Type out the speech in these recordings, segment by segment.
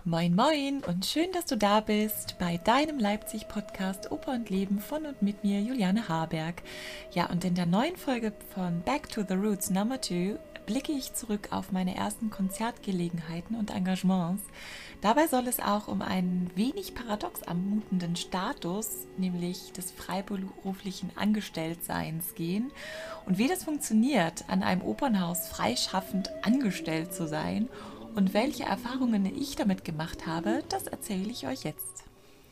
Moin Moin und schön, dass du da bist bei deinem Leipzig-Podcast Oper und Leben von und mit mir, Juliane Harberg. Ja, und in der neuen Folge von Back to the Roots Number 2 blicke ich zurück auf meine ersten Konzertgelegenheiten und Engagements. Dabei soll es auch um einen wenig paradox anmutenden Status, nämlich des freiberuflichen Angestelltseins gehen und wie das funktioniert, an einem Opernhaus freischaffend angestellt zu sein. Und welche Erfahrungen ich damit gemacht habe, das erzähle ich euch jetzt.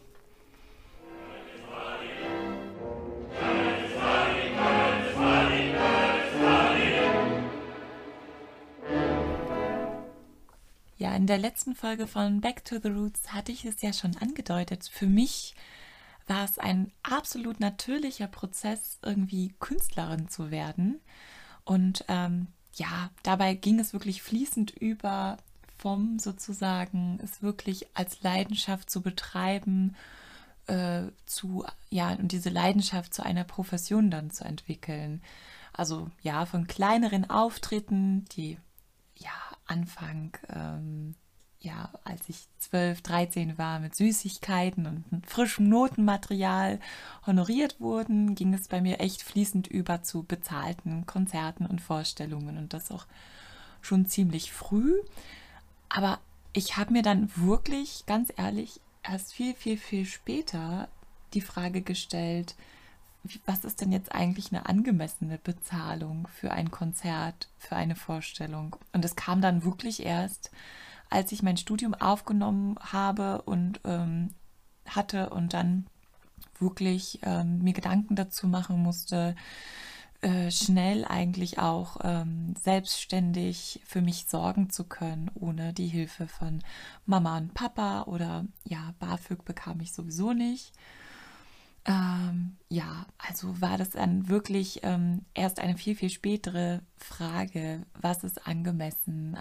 Ja, in der letzten Folge von Back to the Roots hatte ich es ja schon angedeutet. Für mich war es ein absolut natürlicher Prozess, irgendwie Künstlerin zu werden. Und ja, dabei ging es wirklich fließend über vom sozusagen es wirklich als Leidenschaft zu betreiben, und diese Leidenschaft zu einer Profession dann zu entwickeln. Also ja, von kleineren Auftritten, die ja Anfang, als ich 12, 13 war, mit Süßigkeiten und mit frischem Notenmaterial honoriert wurden, ging es bei mir echt fließend über zu bezahlten Konzerten und Vorstellungen und das auch schon ziemlich früh. Aber ich habe mir dann wirklich, ganz ehrlich, erst viel, viel, viel später die Frage gestellt, was ist denn jetzt eigentlich eine angemessene Bezahlung für ein Konzert, für eine Vorstellung? Und es kam dann wirklich erst, als ich mein Studium aufgenommen habe und hatte und dann wirklich mir Gedanken dazu machen musste, schnell eigentlich auch selbstständig für mich sorgen zu können, ohne die Hilfe von Mama und Papa oder ja, BAföG bekam ich sowieso nicht. Also war das dann wirklich erst eine viel, viel spätere Frage, was ist angemessen,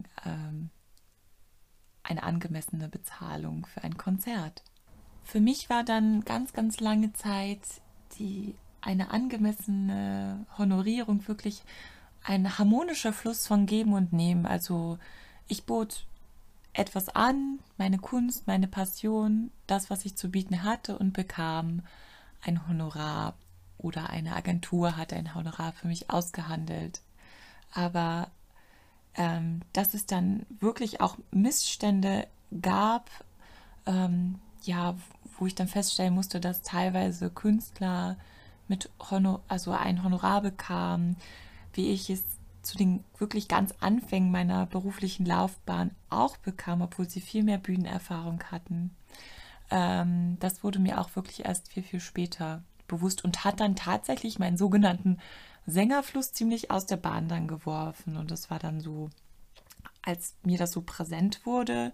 eine angemessene Bezahlung für ein Konzert. Für mich war dann ganz, ganz lange Zeit eine angemessene Honorierung wirklich ein harmonischer Fluss von Geben und Nehmen. Also ich bot etwas an, meine Kunst, meine Passion, das, was ich zu bieten hatte und bekam ein Honorar oder eine Agentur hatte ein Honorar für mich ausgehandelt. Aber dass es dann wirklich auch Missstände gab, wo ich dann feststellen musste, dass teilweise Künstler also ein Honorar bekamen, wie ich es zu den wirklich ganz Anfängen meiner beruflichen Laufbahn auch bekam, obwohl sie viel mehr Bühnenerfahrung hatten. Das wurde mir auch wirklich erst viel, viel später bewusst und hat dann tatsächlich meinen sogenannten Sängerfluss ziemlich aus der Bahn dann geworfen. Und das war dann so, als mir das so präsent wurde,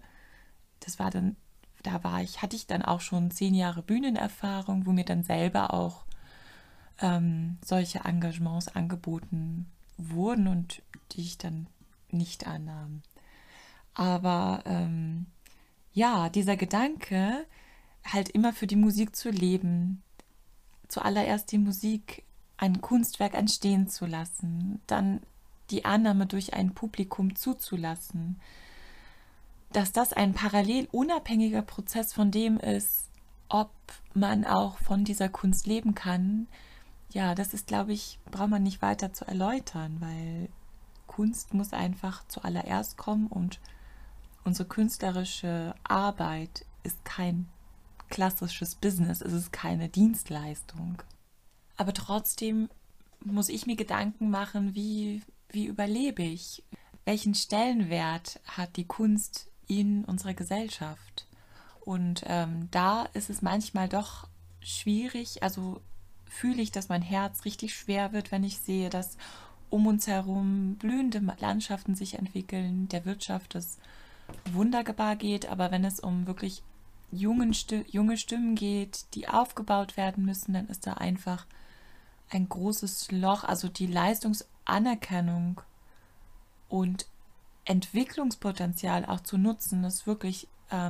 hatte ich dann auch schon 10 Jahre Bühnenerfahrung, wo mir dann selber auch solche Engagements angeboten wurden und die ich dann nicht annahm. Aber dieser Gedanke, halt immer für die Musik zu leben, zuallererst die Musik, ein Kunstwerk entstehen zu lassen, dann die Annahme durch ein Publikum zuzulassen, dass das ein parallel unabhängiger Prozess von dem ist, ob man auch von dieser Kunst leben kann. Ja, das ist, glaube ich, braucht man nicht weiter zu erläutern, weil Kunst muss einfach zuallererst kommen und unsere künstlerische Arbeit ist kein klassisches Business, es ist keine Dienstleistung. Aber trotzdem muss ich mir Gedanken machen, wie überlebe ich? Welchen Stellenwert hat die Kunst in unserer Gesellschaft? Und da ist es manchmal doch schwierig, also fühle ich, dass mein Herz richtig schwer wird, wenn ich sehe, dass um uns herum blühende Landschaften sich entwickeln, der Wirtschaft es wunderbar geht, aber wenn es um wirklich junge Stimmen geht, die aufgebaut werden müssen, dann ist da einfach ein großes Loch, also die Leistungsanerkennung und Entwicklungspotenzial auch zu nutzen, ist wirklich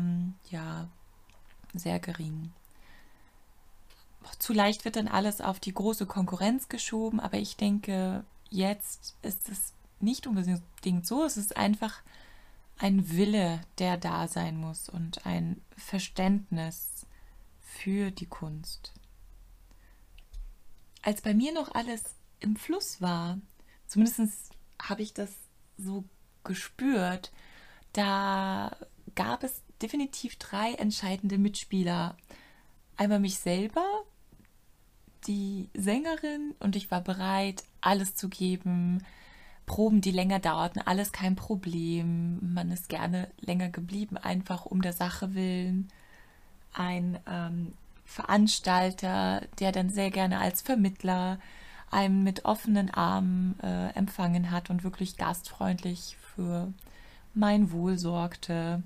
sehr gering. Zu leicht wird dann alles auf die große Konkurrenz geschoben, aber ich denke, jetzt ist es nicht unbedingt so, es ist einfach ein Wille, der da sein muss und ein Verständnis für die Kunst. Als bei mir noch alles im Fluss war, zumindest habe ich das so gespürt, da gab es definitiv 3 entscheidende Mitspieler. Einmal mich selber, die Sängerin, und ich war bereit, alles zu geben. Proben, die länger dauerten, alles kein Problem. Man ist gerne länger geblieben, einfach um der Sache willen. Ein Veranstalter, der dann sehr gerne als Vermittler einen mit offenen Armen empfangen hat und wirklich gastfreundlich für mein Wohl sorgte,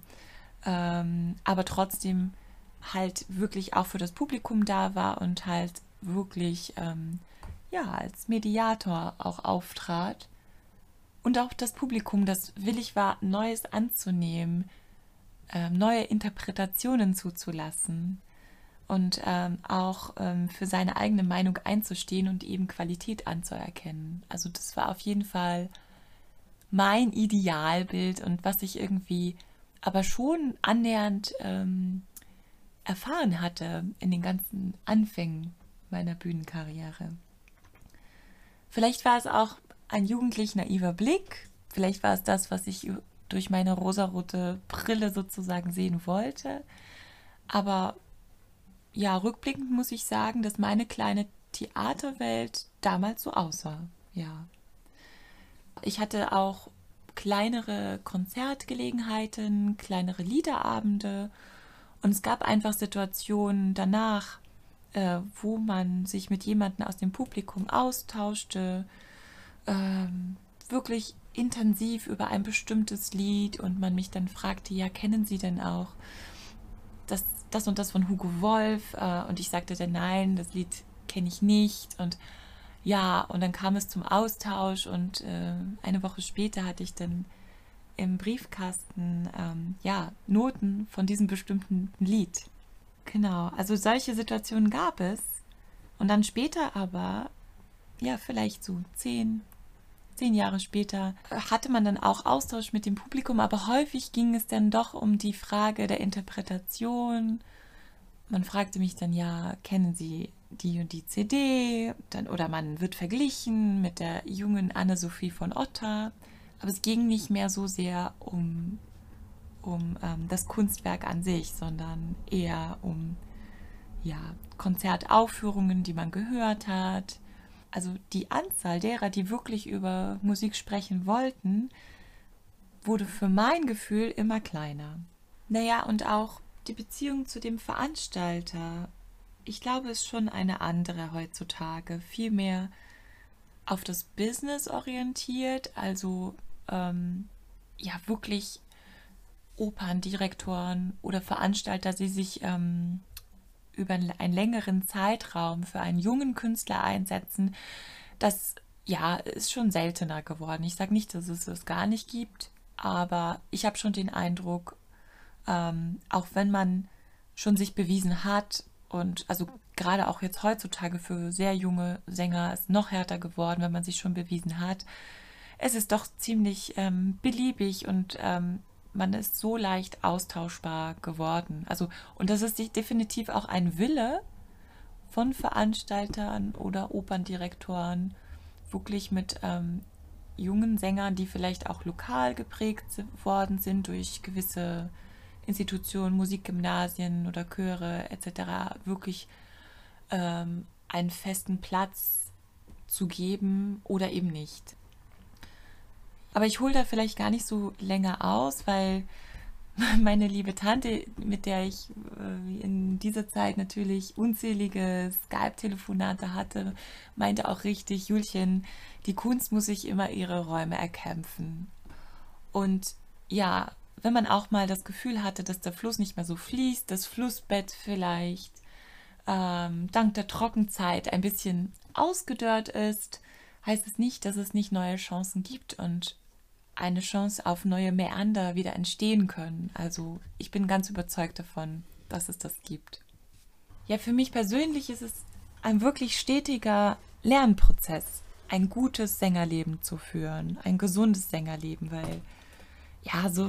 aber trotzdem halt wirklich auch für das Publikum da war und halt wirklich als Mediator auch auftrat. Und auch das Publikum, das willig war, Neues anzunehmen, neue Interpretationen zuzulassen und auch für seine eigene Meinung einzustehen und eben Qualität anzuerkennen. Also das war auf jeden Fall mein Idealbild und was ich irgendwie aber schon annähernd erfahren hatte in den ganzen Anfängen meiner Bühnenkarriere. Vielleicht war es auch ein jugendlich naiver Blick, vielleicht war es das, was ich durch meine rosarote Brille sozusagen sehen wollte, aber ja, rückblickend muss ich sagen, dass meine kleine Theaterwelt damals so aussah, ja. Ich hatte auch kleinere Konzertgelegenheiten, kleinere Liederabende und es gab einfach Situationen danach, wo man sich mit jemandem aus dem Publikum austauschte, wirklich intensiv über ein bestimmtes Lied und man mich dann fragte, ja, kennen Sie denn auch das und das von Hugo Wolf? Und ich sagte dann, nein, das Lied kenne ich nicht. Und ja, und dann kam es zum Austausch und eine Woche später hatte ich dann im Briefkasten Noten von diesem bestimmten Lied. Genau, also solche Situationen gab es. Und dann später aber, ja, vielleicht so 10 Jahre später, hatte man dann auch Austausch mit dem Publikum, aber häufig ging es dann doch um die Frage der Interpretation. Man fragte mich dann, ja, kennen Sie die und die CD? Dann, oder man wird verglichen mit der jungen Anne-Sophie von Otter. Aber es ging nicht mehr so sehr um das Kunstwerk an sich, sondern eher um Konzertaufführungen, die man gehört hat. Also die Anzahl derer, die wirklich über Musik sprechen wollten, wurde für mein Gefühl immer kleiner. Naja, und auch die Beziehung zu dem Veranstalter, ich glaube, ist schon eine andere heutzutage. Viel mehr auf das Business orientiert, also wirklich Operndirektoren oder Veranstalter, die sich über einen längeren Zeitraum für einen jungen Künstler einsetzen, das ist schon seltener geworden. Ich sage nicht, dass es das gar nicht gibt, aber ich habe schon den Eindruck, auch wenn man schon sich bewiesen hat und also gerade auch jetzt heutzutage für sehr junge Sänger ist noch härter geworden, wenn man sich schon bewiesen hat. Es ist doch ziemlich beliebig und man ist so leicht austauschbar geworden. Also, und das ist definitiv auch ein Wille von Veranstaltern oder Operndirektoren, wirklich mit jungen Sängern, die vielleicht auch lokal geprägt worden sind durch gewisse Institutionen, Musikgymnasien oder Chöre etc., wirklich einen festen Platz zu geben oder eben nicht. Aber ich hole da vielleicht gar nicht so länger aus, weil meine liebe Tante, mit der ich in dieser Zeit natürlich unzählige Skype-Telefonate hatte, meinte auch richtig, Julchen, die Kunst muss sich immer ihre Räume erkämpfen. Und ja, wenn man auch mal das Gefühl hatte, dass der Fluss nicht mehr so fließt, das Flussbett vielleicht dank der Trockenzeit ein bisschen ausgedörrt ist, heißt es nicht, dass es nicht neue Chancen gibt und eine Chance auf neue Mäander wieder entstehen können. Also ich bin ganz überzeugt davon, dass es das gibt. Ja, für mich persönlich ist es ein wirklich stetiger Lernprozess, ein gutes Sängerleben zu führen, ein gesundes Sängerleben, weil ja, so wie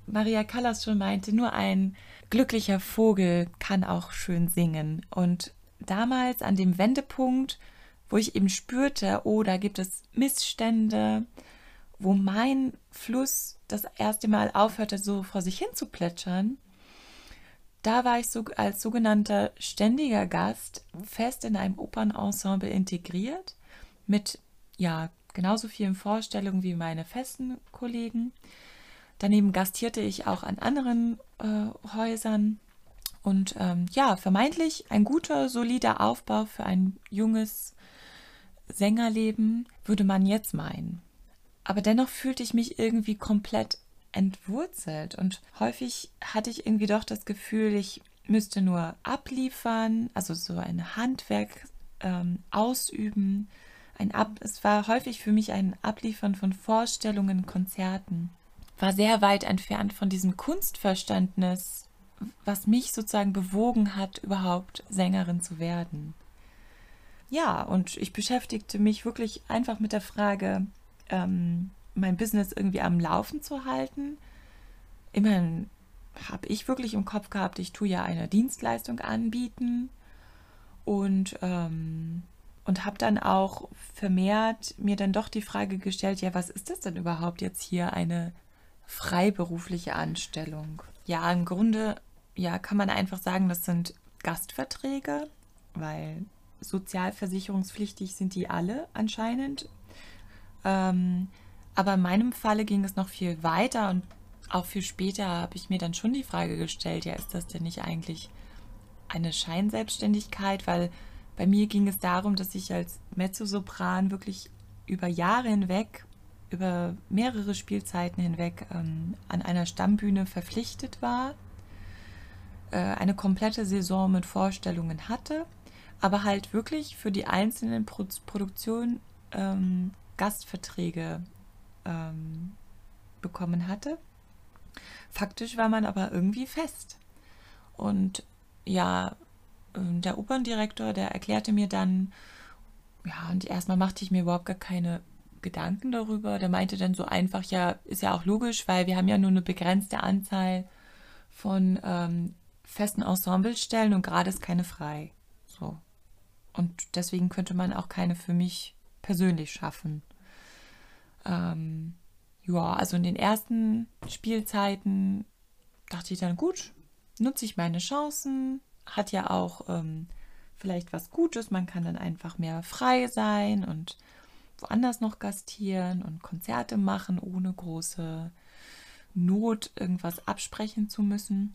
Maria Callas schon meinte, nur ein glücklicher Vogel kann auch schön singen. Und damals an dem Wendepunkt, wo ich eben spürte, oh, da gibt es Missstände, wo mein Fluss das erste Mal aufhörte, so vor sich hin zu plätschern, da war ich so als sogenannter ständiger Gast fest in einem Opernensemble integriert, mit ja genauso vielen Vorstellungen wie meine festen Kollegen. Daneben gastierte ich auch an anderen Häusern und ja, vermeintlich ein guter, solider Aufbau für ein junges Sängerleben, würde man jetzt meinen. Aber dennoch fühlte ich mich irgendwie komplett entwurzelt und häufig hatte ich irgendwie doch das Gefühl, ich müsste nur abliefern, also so ein Handwerk ausüben. Es war häufig für mich ein Abliefern von Vorstellungen, Konzerten. War sehr weit entfernt von diesem Kunstverständnis, was mich sozusagen bewogen hat, überhaupt Sängerin zu werden. Ja, und ich beschäftigte mich wirklich einfach mit der Frage, mein Business irgendwie am Laufen zu halten. Immerhin habe ich wirklich im Kopf gehabt, ich tue ja eine Dienstleistung anbieten und habe dann auch vermehrt mir dann doch die Frage gestellt, ja, was ist das denn überhaupt jetzt hier, eine freiberufliche Anstellung? Ja, im Grunde, ja, kann man einfach sagen, das sind Gastverträge, weil sozialversicherungspflichtig sind die alle anscheinend. Aber in meinem Falle ging es noch viel weiter und auch viel später habe ich mir dann schon die Frage gestellt, ja, ist das denn nicht eigentlich eine Scheinselbstständigkeit? Weil bei mir ging es darum, dass ich als Mezzosopran wirklich über Jahre hinweg, über mehrere Spielzeiten hinweg an einer Stammbühne verpflichtet war, eine komplette Saison mit Vorstellungen hatte, aber halt wirklich für die einzelnen Produktionen Gastverträge bekommen hatte. Faktisch war man aber irgendwie fest. Und ja, der Operndirektor, der erklärte mir dann, ja, und erstmal machte ich mir überhaupt gar keine Gedanken darüber. Der meinte dann so einfach, ja, ist ja auch logisch, weil wir haben ja nur eine begrenzte Anzahl von festen Ensemblestellen und gerade ist keine frei. So. Und deswegen könnte man auch keine für mich persönlich schaffen. Ja, also in den ersten Spielzeiten dachte ich dann, gut, nutze ich meine Chancen, hat ja auch vielleicht was Gutes, man kann dann einfach mehr frei sein und woanders noch gastieren und Konzerte machen, ohne große Not irgendwas absprechen zu müssen.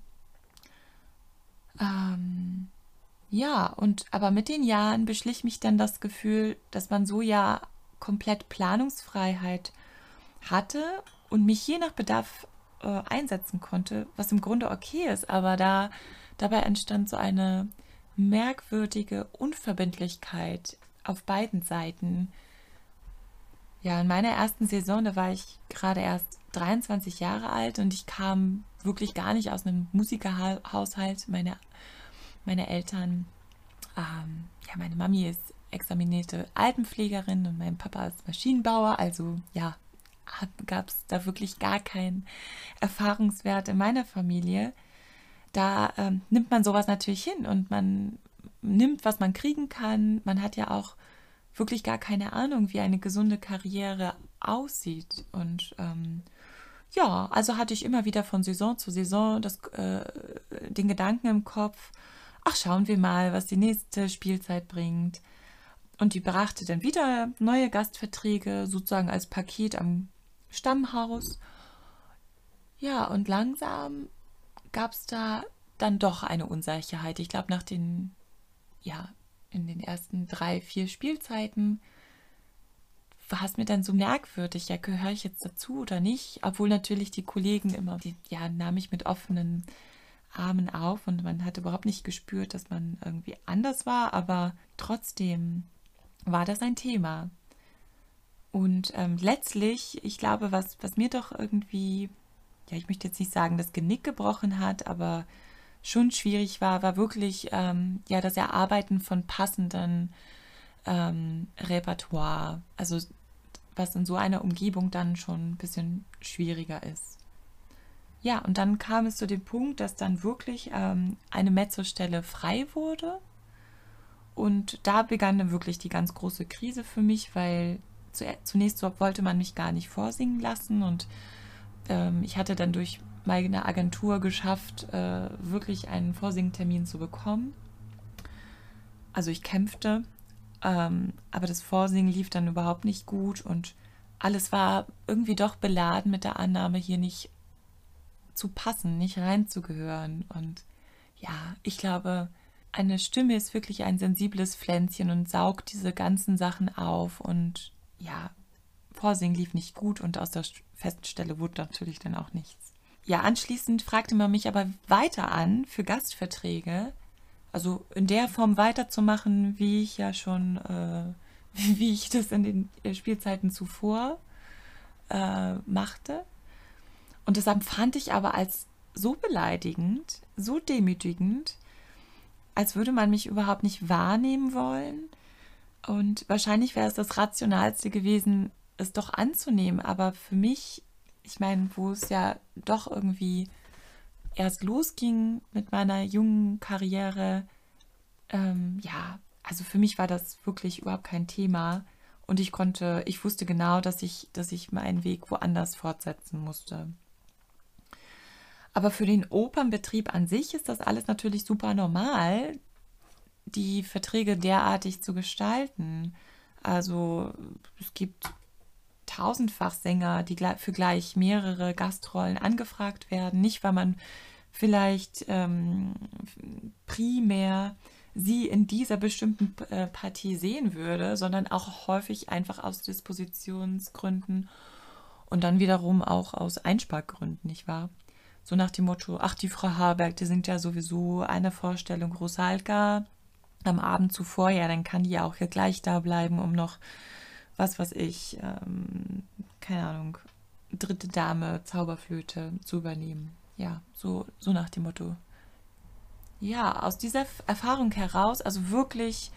Ja, aber mit den Jahren beschlich mich dann das Gefühl, dass man so ja komplett Planungsfreiheit hatte und mich je nach Bedarf einsetzen konnte, was im Grunde okay ist, aber dabei entstand so eine merkwürdige Unverbindlichkeit auf beiden Seiten. Ja, in meiner ersten Saison, da war ich gerade erst 23 Jahre alt und ich kam wirklich gar nicht aus einem Musikerhaushalt. Meine Eltern, ja, meine Mami ist examinierte Altenpflegerin und mein Papa ist Maschinenbauer, also ja, gab es da wirklich gar keinen Erfahrungswert in meiner Familie. Da nimmt man sowas natürlich hin und man nimmt, was man kriegen kann. Man hat ja auch wirklich gar keine Ahnung, wie eine gesunde Karriere aussieht. Und ja, also hatte ich immer wieder von Saison zu Saison den Gedanken im Kopf, ach, schauen wir mal, was die nächste Spielzeit bringt. Und die brachte dann wieder neue Gastverträge, sozusagen als Paket am Stammhaus. Ja, und langsam gab es da dann doch eine Unsicherheit. Ich glaube, ja, in den ersten 3, 4 Spielzeiten war es mir dann so merkwürdig, ja, gehöre ich jetzt dazu oder nicht? Obwohl natürlich die Kollegen ja, nahm ich mit offenen Armen auf und man hat überhaupt nicht gespürt, dass man irgendwie anders war, aber trotzdem war das ein Thema. Und letztlich, ich glaube, was mir doch irgendwie, ja, ich möchte jetzt nicht sagen, das Genick gebrochen hat, aber schon schwierig war wirklich ja, das Erarbeiten von passenden Repertoire. Also was in so einer Umgebung dann schon ein bisschen schwieriger ist. Ja, und dann kam es zu dem Punkt, dass dann wirklich eine Mezzostelle frei wurde. Und da begann dann wirklich die ganz große Krise für mich, weil zunächst wollte man mich gar nicht vorsingen lassen. Und ich hatte dann durch meine Agentur geschafft, wirklich einen Vorsingtermin zu bekommen. Also ich kämpfte, aber das Vorsingen lief dann überhaupt nicht gut und alles war irgendwie doch beladen mit der Annahme, hier nicht zu passen, nicht reinzugehören. Und ja, ich glaube, eine Stimme ist wirklich ein sensibles Pflänzchen und saugt diese ganzen Sachen auf. Und ja, Vorsingen lief nicht gut und aus der Feststelle wurde natürlich dann auch nichts. Ja, anschließend fragte man mich aber weiter an für Gastverträge, also in der Form weiterzumachen, wie ich ja schon, wie ich das in den Spielzeiten zuvor machte. Und das empfand ich aber als so beleidigend, so demütigend, als würde man mich überhaupt nicht wahrnehmen wollen. Und wahrscheinlich wäre es das Rationalste gewesen, es doch anzunehmen. Aber für mich, ich meine, wo es ja doch irgendwie erst losging mit meiner jungen Karriere, ja, also für mich war das wirklich überhaupt kein Thema. Und ich wusste genau, dass ich meinen Weg woanders fortsetzen musste. Aber für den Opernbetrieb an sich ist das alles natürlich super normal, die Verträge derartig zu gestalten. Also es gibt tausendfach Sänger, die für gleich mehrere Gastrollen angefragt werden. Nicht, weil man vielleicht primär sie in dieser bestimmten Partie sehen würde, sondern auch häufig einfach aus Dispositionsgründen und dann wiederum auch aus Einspargründen, nicht wahr? So nach dem Motto, ach, die Frau Haberg, die singt ja sowieso eine Vorstellung Rusalka am Abend zuvor, ja, dann kann die ja auch hier gleich da bleiben, um noch, was weiß ich, keine Ahnung, dritte Dame, Zauberflöte zu übernehmen. Ja, so nach dem Motto. Ja, aus dieser Erfahrung heraus, also wirklich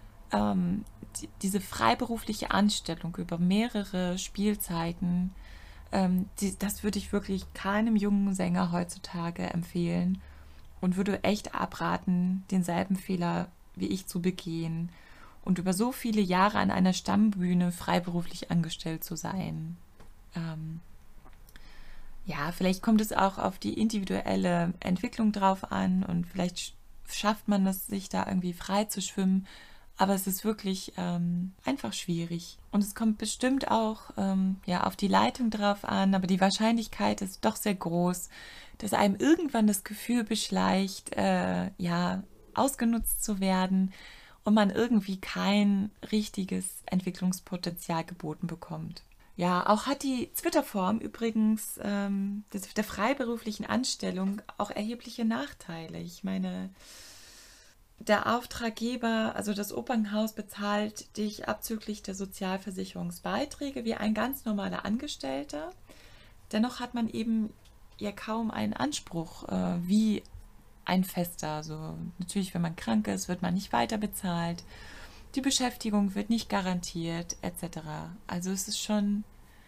diese freiberufliche Anstellung über mehrere Spielzeiten, das würde ich wirklich keinem jungen Sänger heutzutage empfehlen und würde echt abraten, denselben Fehler wie ich zu begehen und über so viele Jahre an einer Stammbühne freiberuflich angestellt zu sein. Ähm, ja, vielleicht kommt es auch auf die individuelle Entwicklung drauf an und vielleicht schafft man es, sich da irgendwie frei zu schwimmen. Aber es ist wirklich einfach schwierig. Und es kommt bestimmt auch ja, auf die Leitung drauf an, aber die Wahrscheinlichkeit ist doch sehr groß, dass einem irgendwann das Gefühl beschleicht, ja, ausgenutzt zu werden und man irgendwie kein richtiges Entwicklungspotenzial geboten bekommt. Ja, auch hat die Twitter-Form übrigens der freiberuflichen Anstellung auch erhebliche Nachteile. Ich meine, der Auftraggeber, also das Opernhaus, bezahlt dich abzüglich der Sozialversicherungsbeiträge wie ein ganz normaler Angestellter. Dennoch hat man eben ja kaum einen Anspruch wie ein Fester. Also natürlich, wenn man krank ist, wird man nicht weiter bezahlt. Die Beschäftigung wird nicht garantiert, etc. Also es ist schon,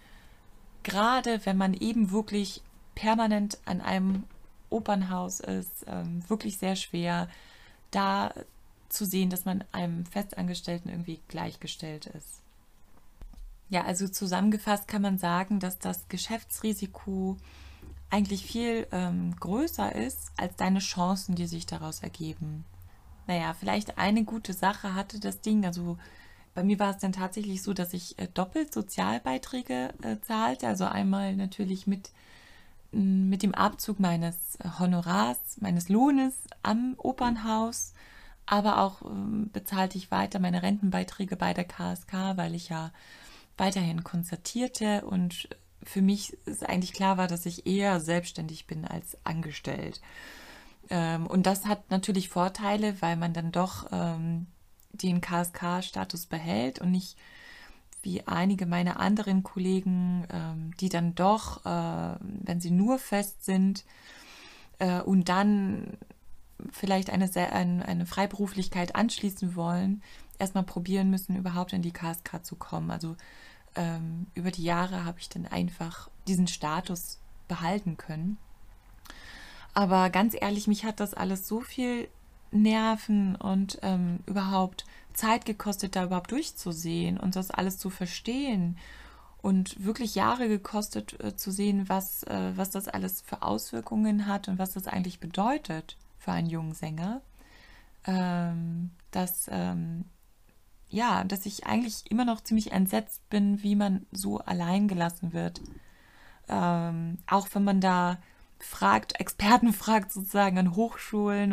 gerade wenn man eben wirklich permanent an einem Opernhaus ist, wirklich sehr schwer, da zu sehen, dass man einem Festangestellten irgendwie gleichgestellt ist. Ja, also zusammengefasst kann man sagen, dass das Geschäftsrisiko eigentlich viel größer ist als deine Chancen, die sich daraus ergeben. Naja, vielleicht eine gute Sache hatte das Ding. Also bei mir war es dann tatsächlich so, dass ich doppelt Sozialbeiträge zahlte. Also einmal natürlich mit dem Abzug meines Honorars, meines Lohnes am Opernhaus, aber auch bezahlte ich weiter meine Rentenbeiträge bei der KSK, weil ich ja weiterhin konzertierte und für mich ist eigentlich klar war, dass ich eher selbstständig bin als angestellt. Und das hat natürlich Vorteile, weil man dann doch den KSK-Status behält und nicht wie einige meiner anderen Kollegen, die dann doch, wenn sie nur fest sind und dann vielleicht eine Freiberuflichkeit anschließen wollen, erstmal probieren müssen, überhaupt in die KSK zu kommen. Also über die Jahre habe ich dann einfach diesen Status behalten können. Aber ganz ehrlich, mich hat das alles so viel Nerven und überhaupt Zeit gekostet, da überhaupt durchzusehen und das alles zu verstehen. Und wirklich Jahre gekostet, zu sehen, was das alles für Auswirkungen hat und was das eigentlich bedeutet für einen jungen Sänger. Dass, ja, dass ich eigentlich immer noch ziemlich entsetzt bin, wie man so allein gelassen wird. Auch wenn man da fragt, Experten fragt sozusagen an Hochschulen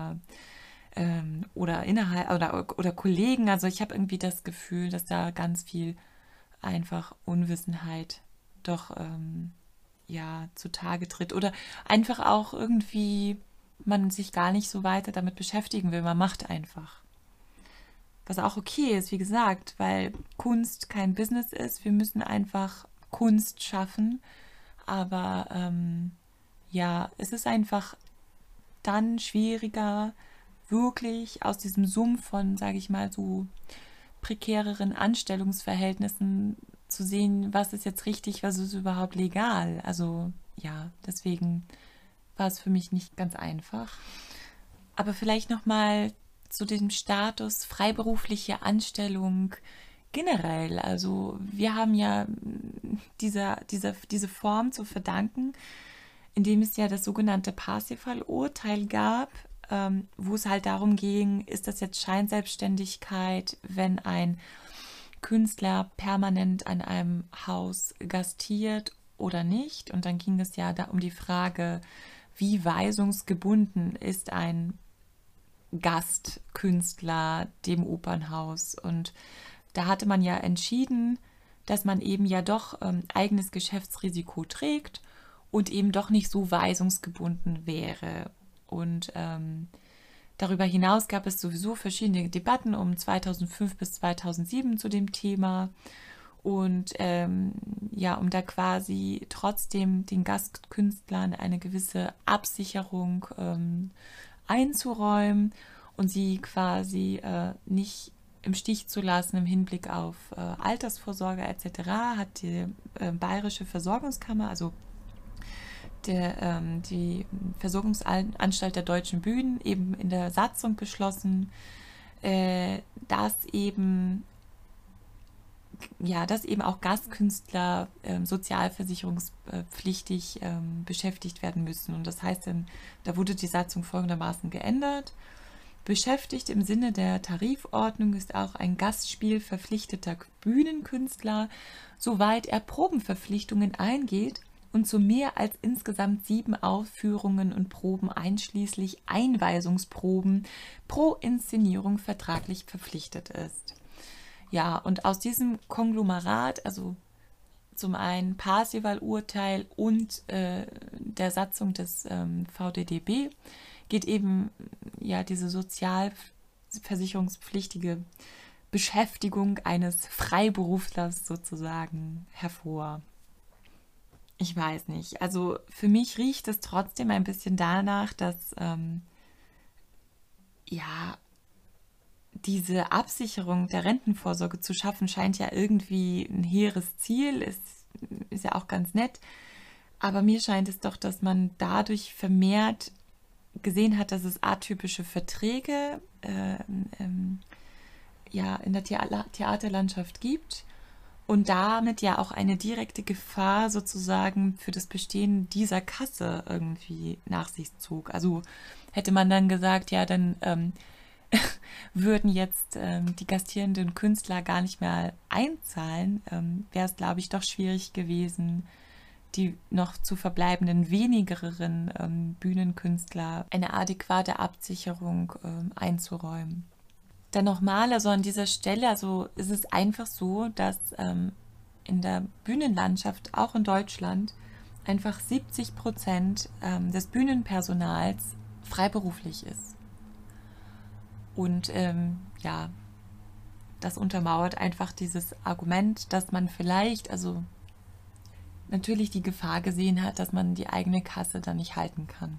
oder innerhalb oder Kollegen. Also ich habe irgendwie das Gefühl, dass da ganz viel einfach Unwissenheit doch ja zutage tritt oder einfach auch irgendwie man sich gar nicht so weiter damit beschäftigen will. Man macht einfach. Was auch okay ist, wie gesagt, weil Kunst kein Business ist. Wir müssen einfach Kunst schaffen. Aber ja, es ist einfach dann schwieriger, wirklich aus diesem Sumpf von, sage ich mal, so prekäreren Anstellungsverhältnissen zu sehen, was ist jetzt richtig, was ist überhaupt legal. Also ja, deswegen war es für mich nicht ganz einfach. Aber vielleicht nochmal zu dem Status freiberufliche Anstellung generell. Also wir haben ja diese Form zu verdanken, indem es ja das sogenannte Parsifal-Urteil gab, wo es halt darum ging, ist das jetzt Scheinselbstständigkeit, wenn ein Künstler permanent an einem Haus gastiert oder nicht. Und dann ging es ja da um die Frage, wie weisungsgebunden ist ein Gastkünstler dem Opernhaus. Und da hatte man ja entschieden, dass man eben ja doch eigenes Geschäftsrisiko trägt und eben doch nicht so weisungsgebunden wäre. Und darüber hinaus gab es sowieso verschiedene Debatten um 2005 bis 2007 zu dem Thema. Und ja, um da quasi trotzdem den Gastkünstlern eine gewisse Absicherung einzuräumen und sie quasi nicht im Stich zu lassen im Hinblick auf Altersvorsorge etc., hat die Bayerische Versorgungskammer, also die Versorgungsanstalt der Deutschen Bühnen, eben in der Satzung beschlossen, dass eben auch Gastkünstler sozialversicherungspflichtig beschäftigt werden müssen. Und das heißt, da wurde die Satzung folgendermaßen geändert. Beschäftigt im Sinne der Tarifordnung ist auch ein Gastspiel verpflichteter Bühnenkünstler, soweit er Probenverpflichtungen eingeht und zu mehr als insgesamt 7 Aufführungen und Proben einschließlich Einweisungsproben pro Inszenierung vertraglich verpflichtet ist. Ja, und aus diesem Konglomerat, also zum einen Parsival-Urteil und der Satzung des VDDB, geht eben ja diese sozialversicherungspflichtige Beschäftigung eines Freiberuflers sozusagen hervor. Ich weiß nicht. Also für mich riecht es trotzdem ein bisschen danach, dass ja diese Absicherung der Rentenvorsorge zu schaffen, scheint ja irgendwie ein hehres Ziel, ist ja auch ganz nett. Aber mir scheint es doch, dass man dadurch vermehrt gesehen hat, dass es atypische Verträge ja, in der Theaterlandschaft gibt und damit ja auch eine direkte Gefahr sozusagen für das Bestehen dieser Kasse irgendwie nach sich zog. Also hätte man dann gesagt, ja, dann würden jetzt die gastierenden Künstler gar nicht mehr einzahlen, wäre es, glaube ich, doch schwierig gewesen, die noch zu verbleibenden wenigeren Bühnenkünstler eine adäquate Absicherung einzuräumen. Dann nochmal, also an dieser Stelle, also ist es einfach so, dass in der Bühnenlandschaft, auch in Deutschland, einfach 70% des Bühnenpersonals freiberuflich ist. Und ja, das untermauert einfach dieses Argument, dass man vielleicht, also natürlich die Gefahr gesehen hat, dass man die eigene Kasse dann nicht halten kann.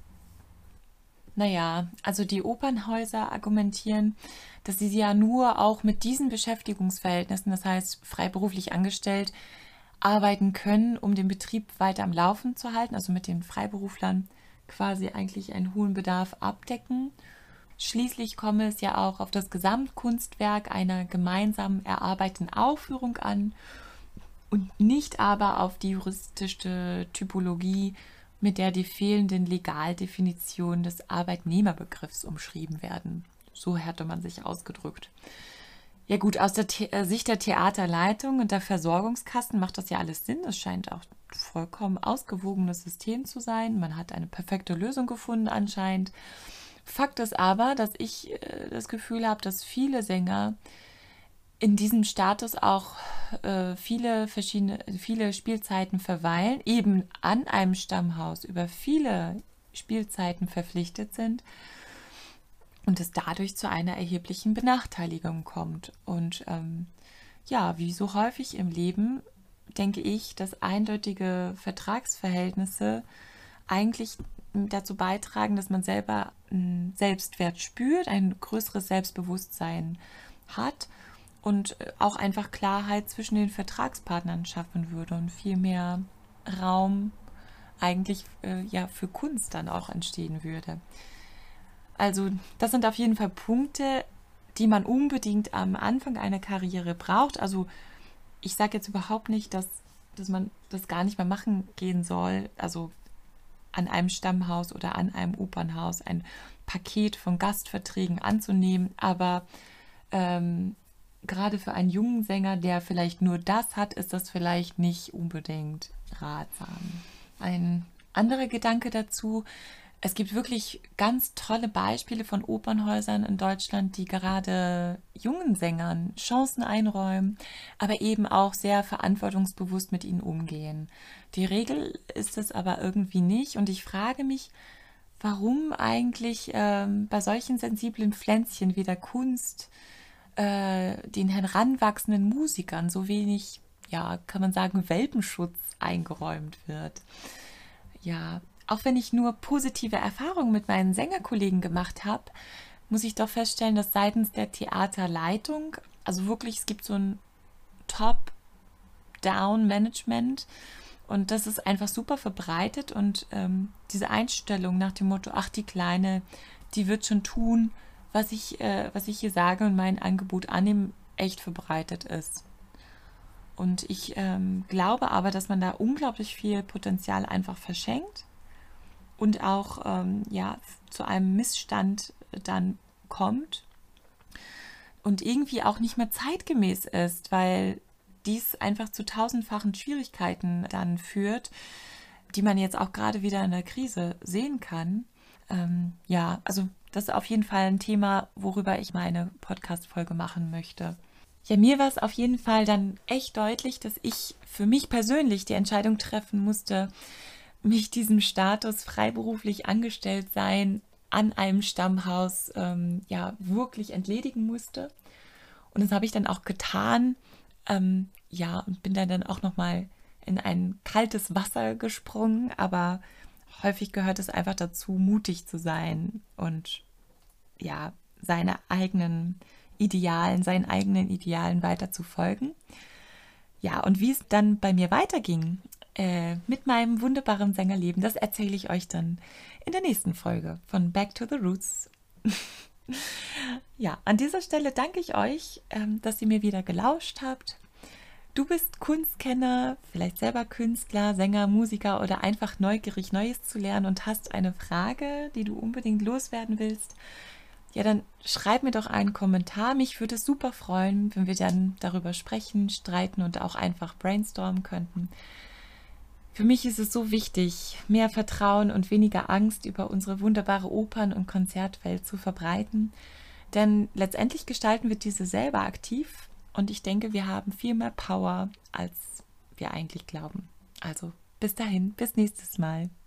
Naja, also die Opernhäuser argumentieren, dass sie ja nur auch mit diesen Beschäftigungsverhältnissen, das heißt freiberuflich angestellt, arbeiten können, um den Betrieb weiter am Laufen zu halten, also mit den Freiberuflern, quasi eigentlich einen hohen Bedarf abdecken. Schließlich komme es ja auch auf das Gesamtkunstwerk einer gemeinsam erarbeiteten Aufführung an und nicht aber auf die juristische Typologie, mit der die fehlenden Legaldefinitionen des Arbeitnehmerbegriffs umschrieben werden. So hätte man sich ausgedrückt. Ja gut, aus der Sicht der Theaterleitung und der Versorgungskassen macht das ja alles Sinn. Es scheint auch ein vollkommen ausgewogenes System zu sein. Man hat eine perfekte Lösung gefunden anscheinend. Fakt ist aber, dass ich das Gefühl habe, dass viele Sänger in diesem Status auch viele Spielzeiten verweilen, eben an einem Stammhaus über viele Spielzeiten verpflichtet sind und es dadurch zu einer erheblichen Benachteiligung kommt. Und ja, wie so häufig im Leben, denke ich, dass eindeutige Vertragsverhältnisse eigentlich dazu beitragen, dass man selber einen Selbstwert spürt, ein größeres Selbstbewusstsein hat und auch einfach Klarheit zwischen den Vertragspartnern schaffen würde und viel mehr Raum eigentlich ja für Kunst dann auch entstehen würde. Also das sind auf jeden Fall Punkte, die man unbedingt am Anfang einer Karriere braucht. Also ich sage jetzt überhaupt nicht, dass man das gar nicht mehr machen gehen soll. Also an einem Stammhaus oder an einem Opernhaus ein Paket von Gastverträgen anzunehmen. Aber gerade für einen jungen Sänger, der vielleicht nur das hat, ist das vielleicht nicht unbedingt ratsam. Ein anderer Gedanke dazu: Es gibt wirklich ganz tolle Beispiele von Opernhäusern in Deutschland, die gerade jungen Sängern Chancen einräumen, aber eben auch sehr verantwortungsbewusst mit ihnen umgehen. Die Regel ist es aber irgendwie nicht und ich frage mich, warum eigentlich bei solchen sensiblen Pflänzchen wie der Kunst den heranwachsenden Musikern so wenig, ja, kann man sagen, Welpenschutz eingeräumt wird. Ja, auch wenn ich nur positive Erfahrungen mit meinen Sängerkollegen gemacht habe, muss ich doch feststellen, dass seitens der Theaterleitung, also wirklich, es gibt so ein Top-Down-Management und das ist einfach super verbreitet und diese Einstellung nach dem Motto, ach, die Kleine, die wird schon tun, was ich hier sage und mein Angebot annehme, echt verbreitet ist. Und ich glaube aber, dass man da unglaublich viel Potenzial einfach verschenkt und auch ja, zu einem Missstand dann kommt und irgendwie auch nicht mehr zeitgemäß ist, weil dies einfach zu tausendfachen Schwierigkeiten dann führt, die man jetzt auch gerade wieder in der Krise sehen kann. Ja, also das ist auf jeden Fall ein Thema, worüber ich meine Podcast-Folge machen möchte. Ja, mir war es auf jeden Fall dann echt deutlich, dass ich für mich persönlich die Entscheidung treffen musste, mich diesem Status freiberuflich angestellt sein an einem Stammhaus ja wirklich entledigen musste. Und das habe ich dann auch getan. Ja, und bin dann auch nochmal in ein kaltes Wasser gesprungen, aber häufig gehört es einfach dazu, mutig zu sein und ja, seinen eigenen Idealen weiter zu folgen. Ja, und wie es dann bei mir weiterging mit meinem wunderbaren Sängerleben, das erzähle ich euch dann in der nächsten Folge von Back to the Roots. Ja, an dieser Stelle danke ich euch, dass ihr mir wieder gelauscht habt. Du bist Kunstkenner, vielleicht selber Künstler, Sänger, Musiker oder einfach neugierig, Neues zu lernen und hast eine Frage, die du unbedingt loswerden willst. Ja, dann schreib mir doch einen Kommentar. Mich würde es super freuen, wenn wir dann darüber sprechen, streiten und auch einfach brainstormen könnten. Für mich ist es so wichtig, mehr Vertrauen und weniger Angst über unsere wunderbare Opern- und Konzertwelt zu verbreiten. Denn letztendlich gestalten wir diese selber aktiv und ich denke, wir haben viel mehr Power, als wir eigentlich glauben. Also bis dahin, bis nächstes Mal.